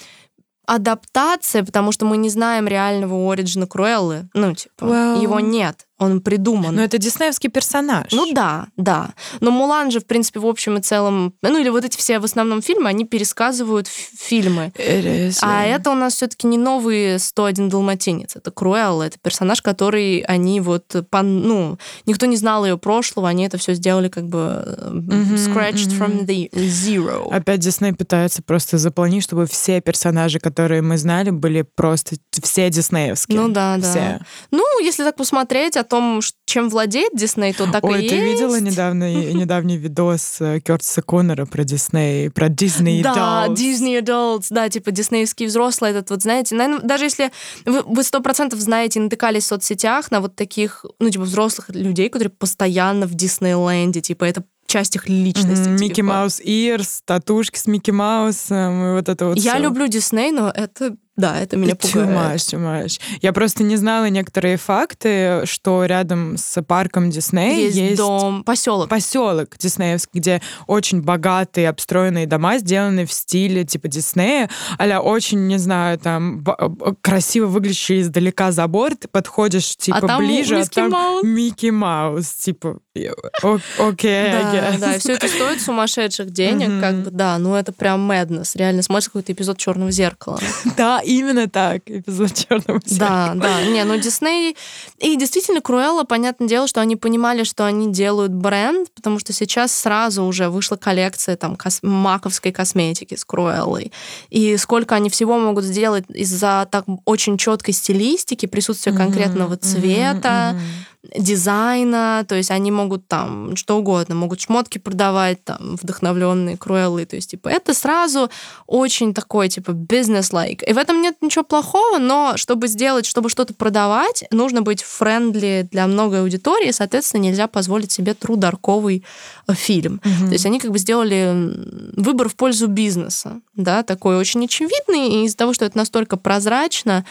адаптация, потому что мы не знаем реального оригина Круэллы. Ну, типа, Well. его нет. Он придуман. Но это диснеевский персонаж. Ну да, да. Но Мулан же, в принципе, в общем и целом... Ну или вот эти все в основном фильмы, они пересказывают ф- фильмы. It is, А yeah. это у нас все-таки не новый сто один далматинец. Это Круэлла. Это персонаж, который они вот... По, ну, никто не знал ее прошлого, они это все сделали как бы Мгм, scratched мгм. from the zero. Опять Дисней пытается просто заполнить, чтобы все персонажи, которые мы знали, были просто все диснеевские. Ну да, да. Все. Ну, если так посмотреть о том, ш- чем владеет Дисней, то так Ой, и ты есть. видела недавний, недавний видос э, Кёртиса Коннора про Дисней, про Disney Да, Dolls? Disney Adults, да, типа диснеевские взрослые, этот вот, знаете, наверное, даже если вы вы сто процентов знаете, натыкались в соцсетях на вот таких, ну, типа, взрослых людей, которые постоянно в Диснейленде, типа, это часть их личности. Мгм, Микки типа. Маус Ирс, татушки с Микки Маусом, и вот это вот Я всё. люблю Дисней, но это, да, это меня Too пугает. much, too much. Я просто не знала некоторые факты, что рядом с парком Дисней Есть, есть дом, поселок. поселок диснеевский, где очень богатые обстроенные дома сделаны в стиле типа Диснея, а-ля очень, не знаю, там б- б- красиво выглядящий издалека забор, ты подходишь типа А там ближе, Микки а там Маус. Микки Маус, типа, о- окей, I Да, guess. да, и все это стоит сумасшедших денег, Мгм. как бы, да, ну это прям madness. Реально смотришь какой-то эпизод Черного зеркала. Да, именно так, эпизод черного Да, да. Не, ну Дисней... И действительно, Круэлла, понятное дело, что они понимали, что они делают бренд, потому что сейчас сразу уже вышла коллекция там кос... маковской косметики с Круэллой. И сколько они всего могут сделать из-за так очень четкой стилистики, присутствия конкретного цвета, дизайна, то есть они могут там что угодно, могут шмотки продавать, там, вдохновленные Круэллой, то есть, типа, это сразу очень такой, типа, business-like. И в этом нет ничего плохого, но чтобы сделать, чтобы что-то продавать, нужно быть френдли для многой аудитории, соответственно, нельзя позволить себе трударковый фильм. Мгм. То есть они как бы сделали м, выбор в пользу бизнеса, да, такой очень очевидный, и из-за того, что это настолько прозрачно,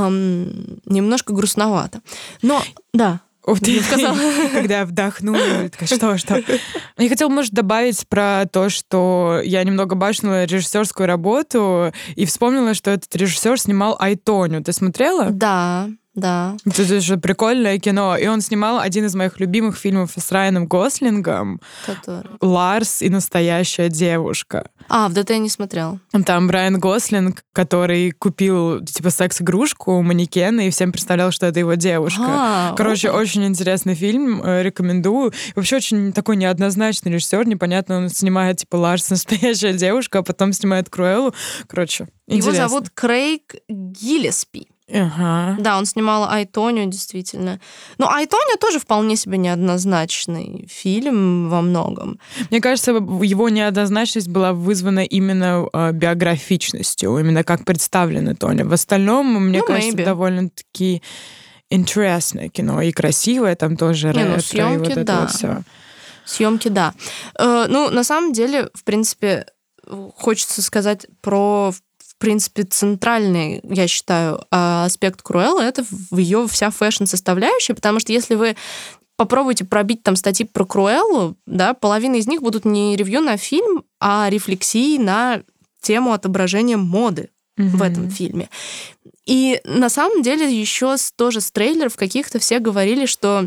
эм, немножко грустновато. Но, да, Ух ты, Я сказала. когда я вдохнула, такая, что, что? Я хотела, может, добавить про то, что я немного башнула режиссерскую работу и вспомнила, что этот режиссер снимал «Айтоню». Ты смотрела? да, да. Это же прикольное кино. И он снимал один из моих любимых фильмов с Райаном Гослингом Который... «Ларс и настоящая девушка». А, в ДТ я не смотрела. Там Райан Гослинг, который купил, типа, секс-игрушку у манекена и всем представлял, что это его девушка. А, Короче, окей. очень интересный фильм, э, рекомендую. И вообще очень такой неоднозначный режиссер, непонятно, он снимает, типа, Ларс, настоящая девушка, а потом снимает Круэллу. Короче, Его интересно. зовут Крейг Гиллеспи. Ага. Да, он снимал «Ай, Тоню», действительно. Но «Ай, Тоня» тоже вполне себе неоднозначный фильм во многом. Мне кажется, его неоднозначность была вызвана именно э, биографичностью, именно как представлена Тоня. В остальном, мне ну, кажется, maybe. довольно-таки интересное кино. И красивое там тоже Не, ретро, ну, и съемки, вот это да. вот все. Съемки, да. Э, ну, на самом деле, в принципе, хочется сказать про... В принципе, центральный, я считаю, аспект Круэллы — это в ее вся фэшн-составляющая, потому что если вы попробуйте пробить там статьи про Круэллу, да, половина из них будут не ревью на фильм, а рефлексии на тему отображения моды mm-hmm. в этом фильме. И на самом деле еще тоже с трейлеров каких-то все говорили, что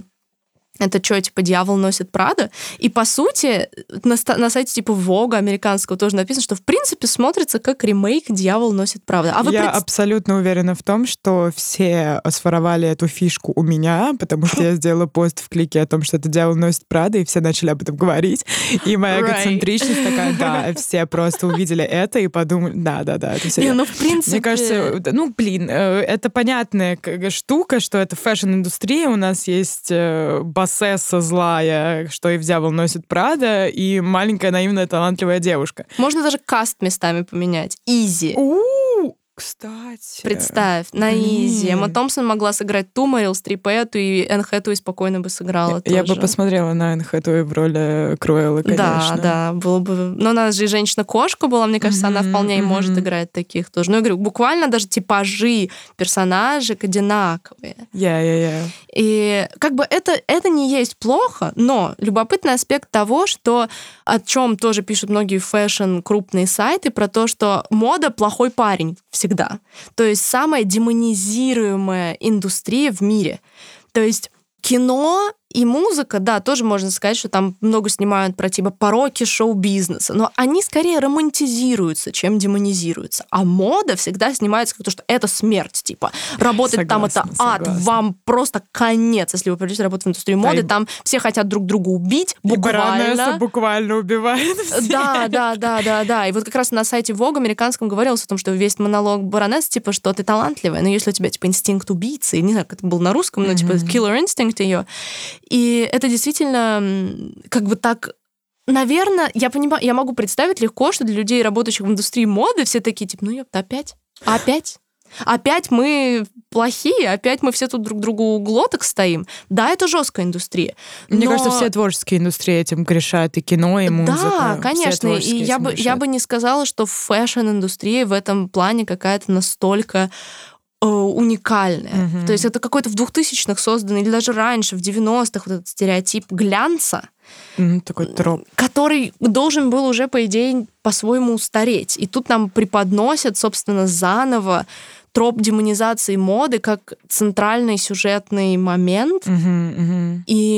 это что, типа, «Дьявол носит Прада». И, по сути, на, на сайте типа Vogue американского тоже написано, что, в принципе, смотрится как ремейк «Дьявол носит Прада». А вы я пред... абсолютно уверена в том, что все своровали эту фишку у меня, потому что я сделала пост в клике о том, что это «Дьявол носит Прада», и все начали об этом говорить. И моя right. эгоцентричность такая, да, все просто увидели это и подумали, да-да-да, это все. Не, ну, в принципе... Мне кажется, ну, блин, это понятная штука, что это фэшн-индустрия, у нас есть басесса злая, что и в «Дьявол носит Прада», и маленькая наивная талантливая девушка. Можно даже каст местами поменять. Изи. У-у-у! Кстати. Представь, на изи. Эмма Томпсон могла сыграть ту, Мэрил Стрип эту, и Энн Хэтэуэй спокойно бы сыграла тоже. Я бы посмотрела на Энн Хэтэуэй в роли Круэллы, конечно. Да, да, было бы... Но она же и женщина-кошка была, мне кажется, mm-hmm, она вполне mm-hmm. и может играть таких тоже. Ну, я говорю, буквально даже типажи персонажек одинаковые. Я, я, я. И как бы это, это не есть плохо, но любопытный аспект того, что о чем тоже пишут многие фэшн крупные сайты, про то, что мода плохой парень всегда. То есть самая демонизируемая индустрия в мире. То есть кино и музыка, да, тоже можно сказать, что там много снимают про типа пороки шоу-бизнеса, но они скорее романтизируются, чем демонизируются. А мода всегда снимается как то, что это смерть, типа. Работать там это ад, согласна. Вам просто конец, если вы придете работать в индустрии моды, да, там и... все хотят друг друга убить, буквально. И баронесса буквально убивает всех. Да, да, да, да, да. И вот как раз на сайте Vogue американском говорилось о том, что весь монолог баронессы, типа, что ты талантливая, но если у тебя, типа, инстинкт убийцы, не знаю, как это было на русском, но, типа, killer instinct ее. И это действительно как бы так... Наверное, я понимаю, я могу представить легко, что для людей, работающих в индустрии моды, все такие, типа, ну, ёпта, опять? Опять? Опять мы плохие, опять мы все тут друг другу у глоток стоим. Да, это жесткая индустрия. Мне но... кажется, все творческие индустрии этим грешат, и кино, и музыка. Да, конечно. И я бы, я бы не сказала, что фэшн-индустрия в этом плане какая-то настолько уникальная. Mm-hmm. То есть это какой-то в двухтысячных созданный, или даже раньше, в девяностых, вот этот стереотип глянца, mm-hmm, такой троп, который должен был уже, по идее, по-своему устареть. И тут нам преподносят, собственно, заново троп демонизации моды как центральный сюжетный момент. Mm-hmm, mm-hmm.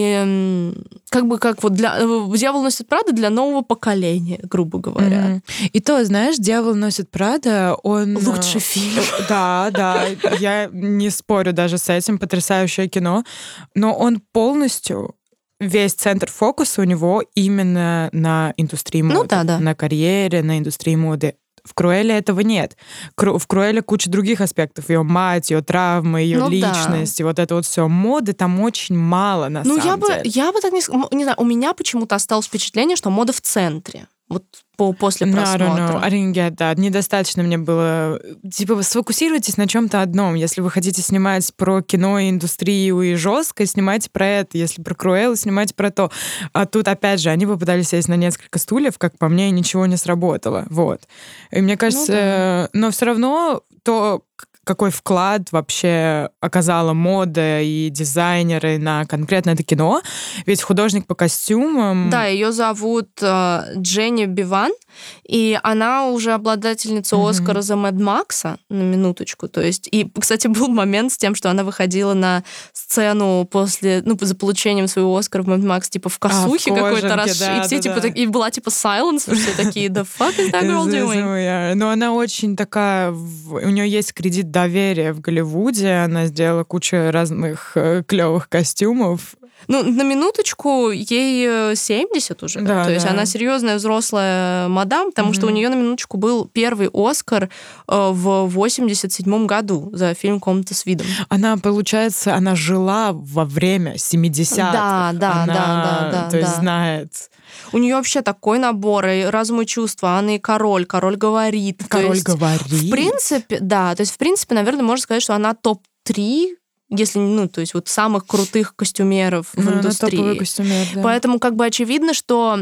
И как бы как вот для... «Дьявол носит Прада» для нового поколения, грубо говоря. Mm-hmm. И то, знаешь, «Дьявол носит Прада», он... Лучший фильм. Да, да, я не спорю даже с этим, потрясающее кино, но он полностью... Весь центр фокуса у него именно на индустрии моды, ну, да, да. на карьере, на индустрии моды. В Круэлле этого нет. В Круэлле куча других аспектов. Ее мать, ее травмы, ее ну, личность, да. и вот это вот все. Моды там очень мало, на ну, самом я бы, деле. я бы так не сказала. Не знаю, у меня почему-то осталось впечатление, что мода в центре. Вот по, после просмотра. No, no, no. I didn't get that. Недостаточно мне было... Типа, сфокусируйтесь на чем-то одном. Если вы хотите снимать про кино, индустрию и жестко, снимайте про это. Если про Круэллу, снимайте про то. А тут, опять же, они попытались сесть на несколько стульев, как по мне, и ничего не сработало. Вот. И мне кажется... Ну, да. Но все равно то... какой вклад вообще оказала мода и дизайнеры на конкретно это кино. Ведь художник по костюмам... Да, ее зовут э, Дженни Биван, и она уже обладательница mm-hmm. Оскара за Мэд Макса, на минуточку. То есть, и, кстати, был момент с тем, что она выходила на сцену после, ну, за получением своего Оскара в Мэд Макс, типа в косухе а, в какой-то раз, да, и все, да, типа, да. Так, и была, типа, silence, все такие, the fuck is that girl doing? Но она очень такая, у нее есть кредит доверия в Голливуде, она сделала кучу разных клевых костюмов. Ну, на минуточку, ей семьдесят уже. Да, То есть да. она серьезная взрослая мадам, потому mm-hmm. что у нее на минуточку был первый Оскар в восемьдесят седьмом году за фильм «Комната с видом». Она, получается, она жила во время семидесятых. Да, да, она, да, да, да. То есть да. знает. У нее вообще такой набор, и «Разум и чувства», Анна и король, король говорит. Король то есть, говорит? В принципе, да. То есть, в принципе, наверное, можно сказать, что она топ три, если, ну, то есть вот самых крутых костюмеров в ну, индустрии. Топовый костюмер, да. Поэтому как бы очевидно, что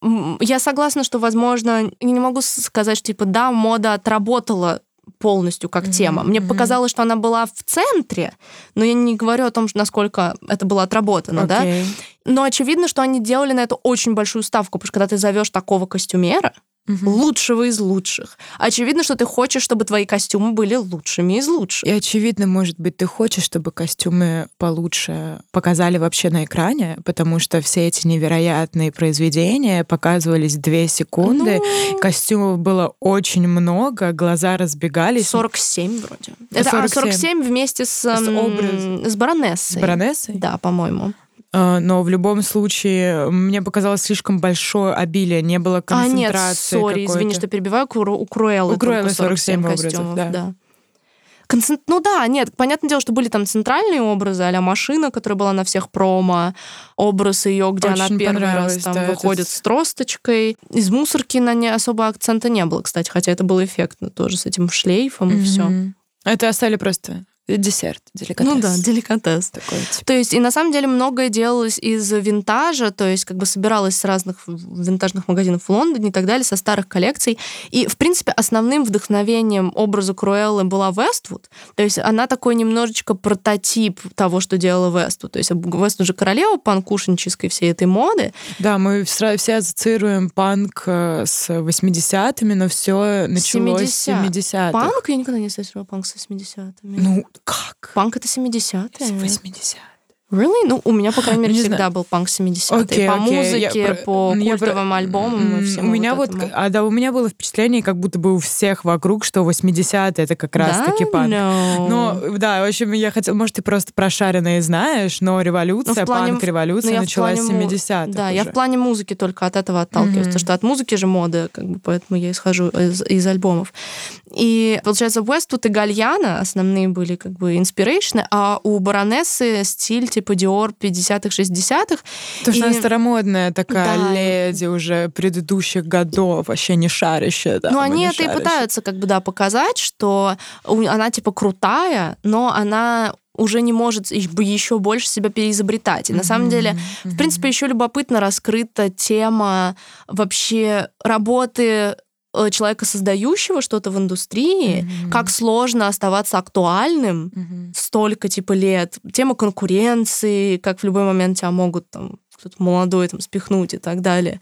я согласна, что, возможно, я не могу сказать, что, типа, да, мода отработала полностью как mm-hmm. тема. Мне mm-hmm. показалось, что она была в центре, но я не говорю о том, насколько это было отработано, okay. да. Но очевидно, что они делали на это очень большую ставку, потому что когда ты зовешь такого костюмера, mm-hmm. лучшего из лучших, очевидно, что ты хочешь, чтобы твои костюмы были лучшими из лучших. И очевидно, может быть, ты хочешь, чтобы костюмы получше показали вообще на экране, потому что все эти невероятные произведения показывались две секунды, ну... костюмов было очень много, глаза разбегались. сорок семь вроде. Это сорок семь. А, сорок семь вместе с, с, образ... с баронессой. С баронессой? Да, по-моему. Но в любом случае мне показалось слишком большое обилие, не было концентрации. А нет, сори, извини, что перебиваю, у Круэллы у Круэллы сорок семь образов, костюмов. Да. Да. Концент... Ну да, нет, понятное дело, что были там центральные образы, а-ля машина, которая была на всех промо, образ ее, где очень она первый раз там да, выходит это... с тросточкой. Из мусорки на ней особо акцента не было, кстати, хотя это было эффектно тоже с этим шлейфом mm-hmm. и все. Это оставили просто... Десерт, деликатес. Ну да, деликатес. Такой, типа. То есть, и на самом деле многое делалось из винтажа, то есть как бы собиралось с разных винтажных магазинов в Лондоне и так далее, со старых коллекций. И, в принципе, основным вдохновением образа Круэллы была Вествуд. То есть она такой немножечко прототип того, что делала Вествуд. То есть Вествуд же королева панкушенческой всей этой моды. Да, мы все ассоциируем панк с восьмидесятыми, но все началось с семидесятых. Панк? Я никогда не ассоциировала панк с восьмидесятыми. Ну, как? Панк — это семидесятые? восьмидесятые. Really? Ну, у меня, по крайней мере, не всегда знаю. был панк семидесятые. Okay, по okay. музыке, я, по я, культовым я, альбомам и всему у меня вот вот, этому. А да, у меня было впечатление, как будто бы у всех вокруг, что восьмидесятые — это как раз-таки да? панк. No. Но, да, в общем, я хотела... Может, ты просто прошаренная знаешь, но революция, ну, панк-революция ну, началась в семидесятых Да, уже. я в плане музыки только от этого отталкиваюсь, mm-hmm. потому что от музыки же мода, как бы, поэтому я исхожу из, из альбомов. И, получается, Westwood и Гальяно основные были как бы инспирейшны, а у баронессы стиль типа Dior пятидесятых, шестидесятых. Потому что и... она старомодная такая да. леди уже предыдущих годов, вообще не шарящая. Да, ну, они это шарящие. И пытаются как бы, да, показать, что она типа крутая, но она уже не может еще больше себя переизобретать. И mm-hmm. на самом деле, mm-hmm. в принципе, еще любопытно раскрыта тема вообще работы человека, создающего что-то в индустрии, mm-hmm. как сложно оставаться актуальным mm-hmm. столько типа лет. Тема конкуренции, как в любой момент тебя могут там кто-то молодой там спихнуть и так далее.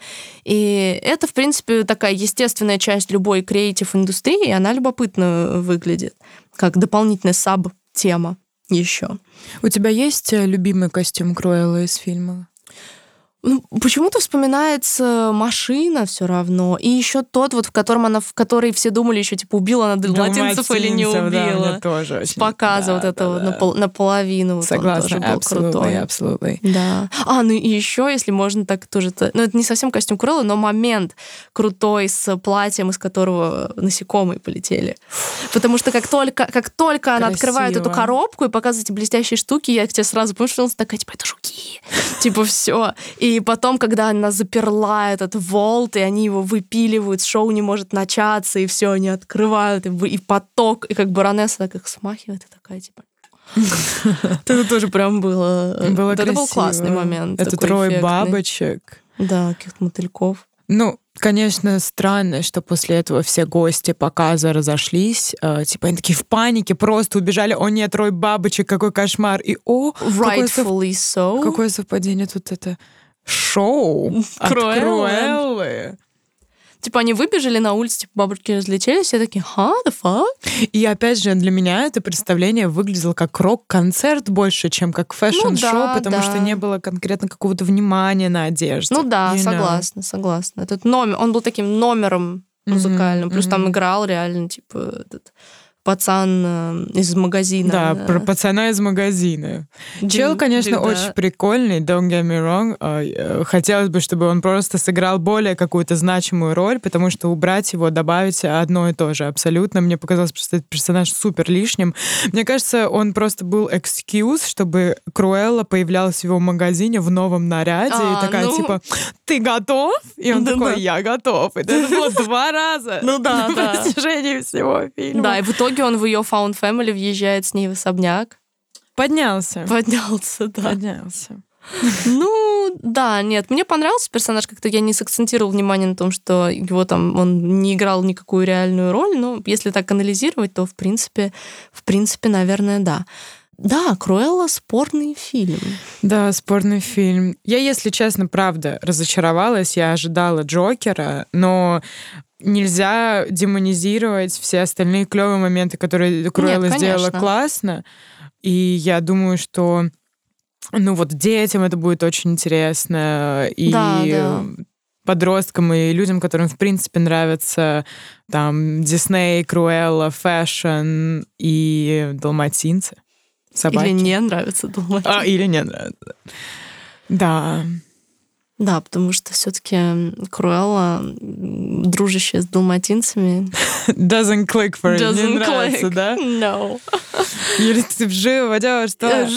И это, в принципе, такая естественная часть любой креатив-индустрии, и она любопытно выглядит, как дополнительная саб-тема еще. У тебя есть любимый костюм Круэллы из фильма? Ну, почему-то вспоминается машина все равно. И еще тот, вот, в котором она, в которой все думали еще, типа, убила она далматинцев или не убила. Да, мне тоже очень. С показа да, вот этого да, да. наполовину. Согласна, вот абсолютно, абсолютно. Да. А, ну и еще, если можно так тоже... Ну, это не совсем костюм Круэллы, но момент крутой с платьем, из которого насекомые полетели. Потому что как только, как только она открывает эту коробку и показывает эти блестящие штуки, я к тебе сразу помню, что она такая, типа, это жуки. Типа, все. И потом, когда она заперла этот волт, и они его выпиливают, шоу не может начаться, и все, они открывают, и, и поток, и как баронесса так их смахивает, и такая, типа... Это тоже прям было... Было красиво. Это был классный момент. Этот рой бабочек. Да, каких-то мотыльков. Ну, конечно, странно, что после этого все гости показа разошлись. Э, типа они такие в панике, просто убежали. О нет, рой бабочек, какой кошмар. И о, Rightfully какое, so. какое совпадение тут это... Шоу от Круэллы. Типа они выбежали на улицу, типа бабушки разлетелись, все такие, ха, the fuck? И опять же, для меня это представление выглядело как рок-концерт больше, чем как фэшн-шоу, ну, да, потому да. что не было конкретно какого-то внимания на одежду. Ну да, согласна, know. согласна. Этот номер, он был таким номером музыкальным, mm-hmm, плюс mm-hmm. там играл реально, типа, этот пацан из магазина. Да, да. Про пацана из магазина. Дю, Чел, конечно, дю, очень да. прикольный, don't get me wrong. Хотелось бы, чтобы он просто сыграл более какую-то значимую роль, потому что убрать его, добавить одно и то же абсолютно. Мне показалось просто этот персонаж супер лишним. Мне кажется, он просто был экскьюз, чтобы Круэлла появлялась в его магазине в новом наряде а, и такая, ну... типа, ты готов? И он да, такой, да. я готов. И это было два раза ну, да, на да. протяжении всего фильма. Да, и в итоге он в ее found family въезжает с ней в особняк. Поднялся. Поднялся, да. Поднялся. Ну, да, нет, мне понравился персонаж, как-то я не сакцентировала внимание на том, что его там, он не играл никакую реальную роль, но если так анализировать, то, в принципе, в принципе, наверное, да. Да, Круэлла — спорный фильм. Да, спорный фильм. Я, если честно, правда, разочаровалась, я ожидала Джокера, но нельзя демонизировать все остальные клевые моменты, которые Круэлла сделала классно. И я думаю, что ну вот детям это будет очень интересно, и да, да. подросткам, и людям, которым, в принципе, нравятся там Дисней, Круэлла, фэшн и далматинцы. Собаки. Или не нравится далматинцы. А, или не нравится. Да. Да, потому что все-таки Круэлла, дружащая с далматинцами... Doesn't click for it. Не нравится, да? No. Юля, ты живо, да, что?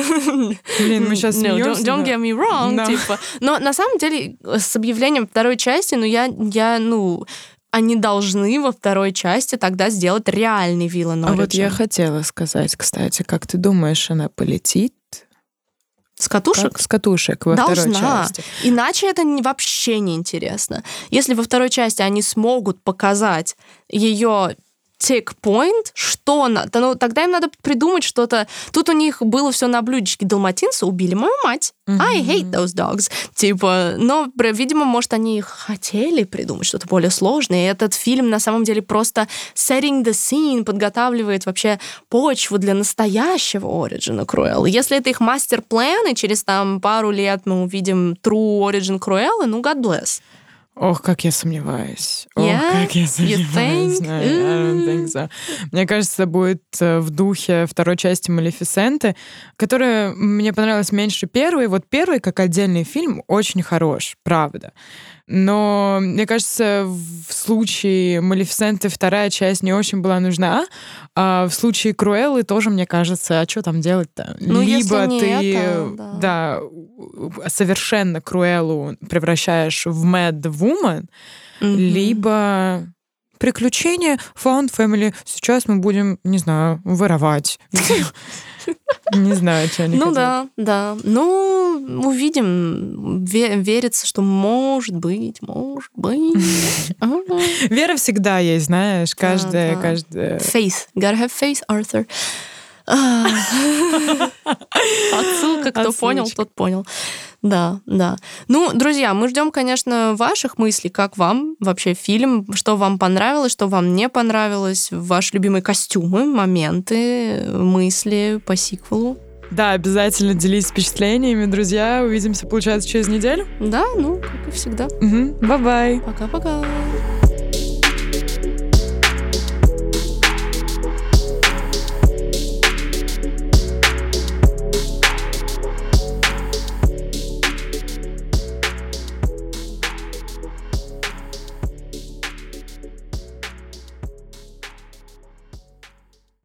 Блин, мы сейчас смеемся. No, don't, don't get me wrong, no. типа. Но на самом деле с объявлением второй части, ну, я, я, ну... Они должны во второй части тогда сделать реальный Villain Origin. А вот я хотела сказать, кстати, как ты думаешь, она полетит? С катушек? Как? С катушек во Должна. второй части. Иначе это вообще не интересно. Если во второй части они смогут показать ее тик-поинт, что надо, ну, тогда им надо придумать что-то. Тут у них было все на блюдечке. Далматинцы убили мою мать. Mm-hmm. I hate those dogs. Типа, но, видимо, может, они хотели придумать что-то более сложное. И этот фильм, на самом деле, просто setting the scene, подготавливает вообще почву для настоящего Ориджина Круэллы. Если это их мастер-план, и через там пару лет мы увидим true Origin Круэллы, ну, God bless. Ох, как я сомневаюсь. Yeah? Ох, как я сомневаюсь. No, I don't think so. Мне кажется, будет в духе второй части «Малефисенты», которая мне понравилась меньше первой. Вот первый, как отдельный фильм, очень хорош, правда. Но, мне кажется, в случае «Малефисенты» вторая часть не очень была нужна, а в случае Круэллы тоже, мне кажется, а что там делать-то? Ну, Либо ты это, да. Да, совершенно Круэллу превращаешь в Mad Woman, mm-hmm. либо приключения Found Family. Сейчас мы будем, не знаю, воровать. Не знаю, что они Ну хотят. да, да. Ну, увидим. Верится, что может быть, может быть. Вера всегда есть, знаешь, каждая... каждая... Faith. Gotta have faith, Arthur. Отсылка, кто Отсылочка. Понял, тот понял. Да, да. Ну, друзья, мы ждем, конечно, ваших мыслей, как вам вообще фильм, что вам понравилось, что вам не понравилось, ваши любимые костюмы, моменты, мысли по сиквелу. Да, обязательно делитесь впечатлениями, друзья. Увидимся, получается, через неделю. Да, ну, как и всегда. Угу. Бай-бай. Пока-пока.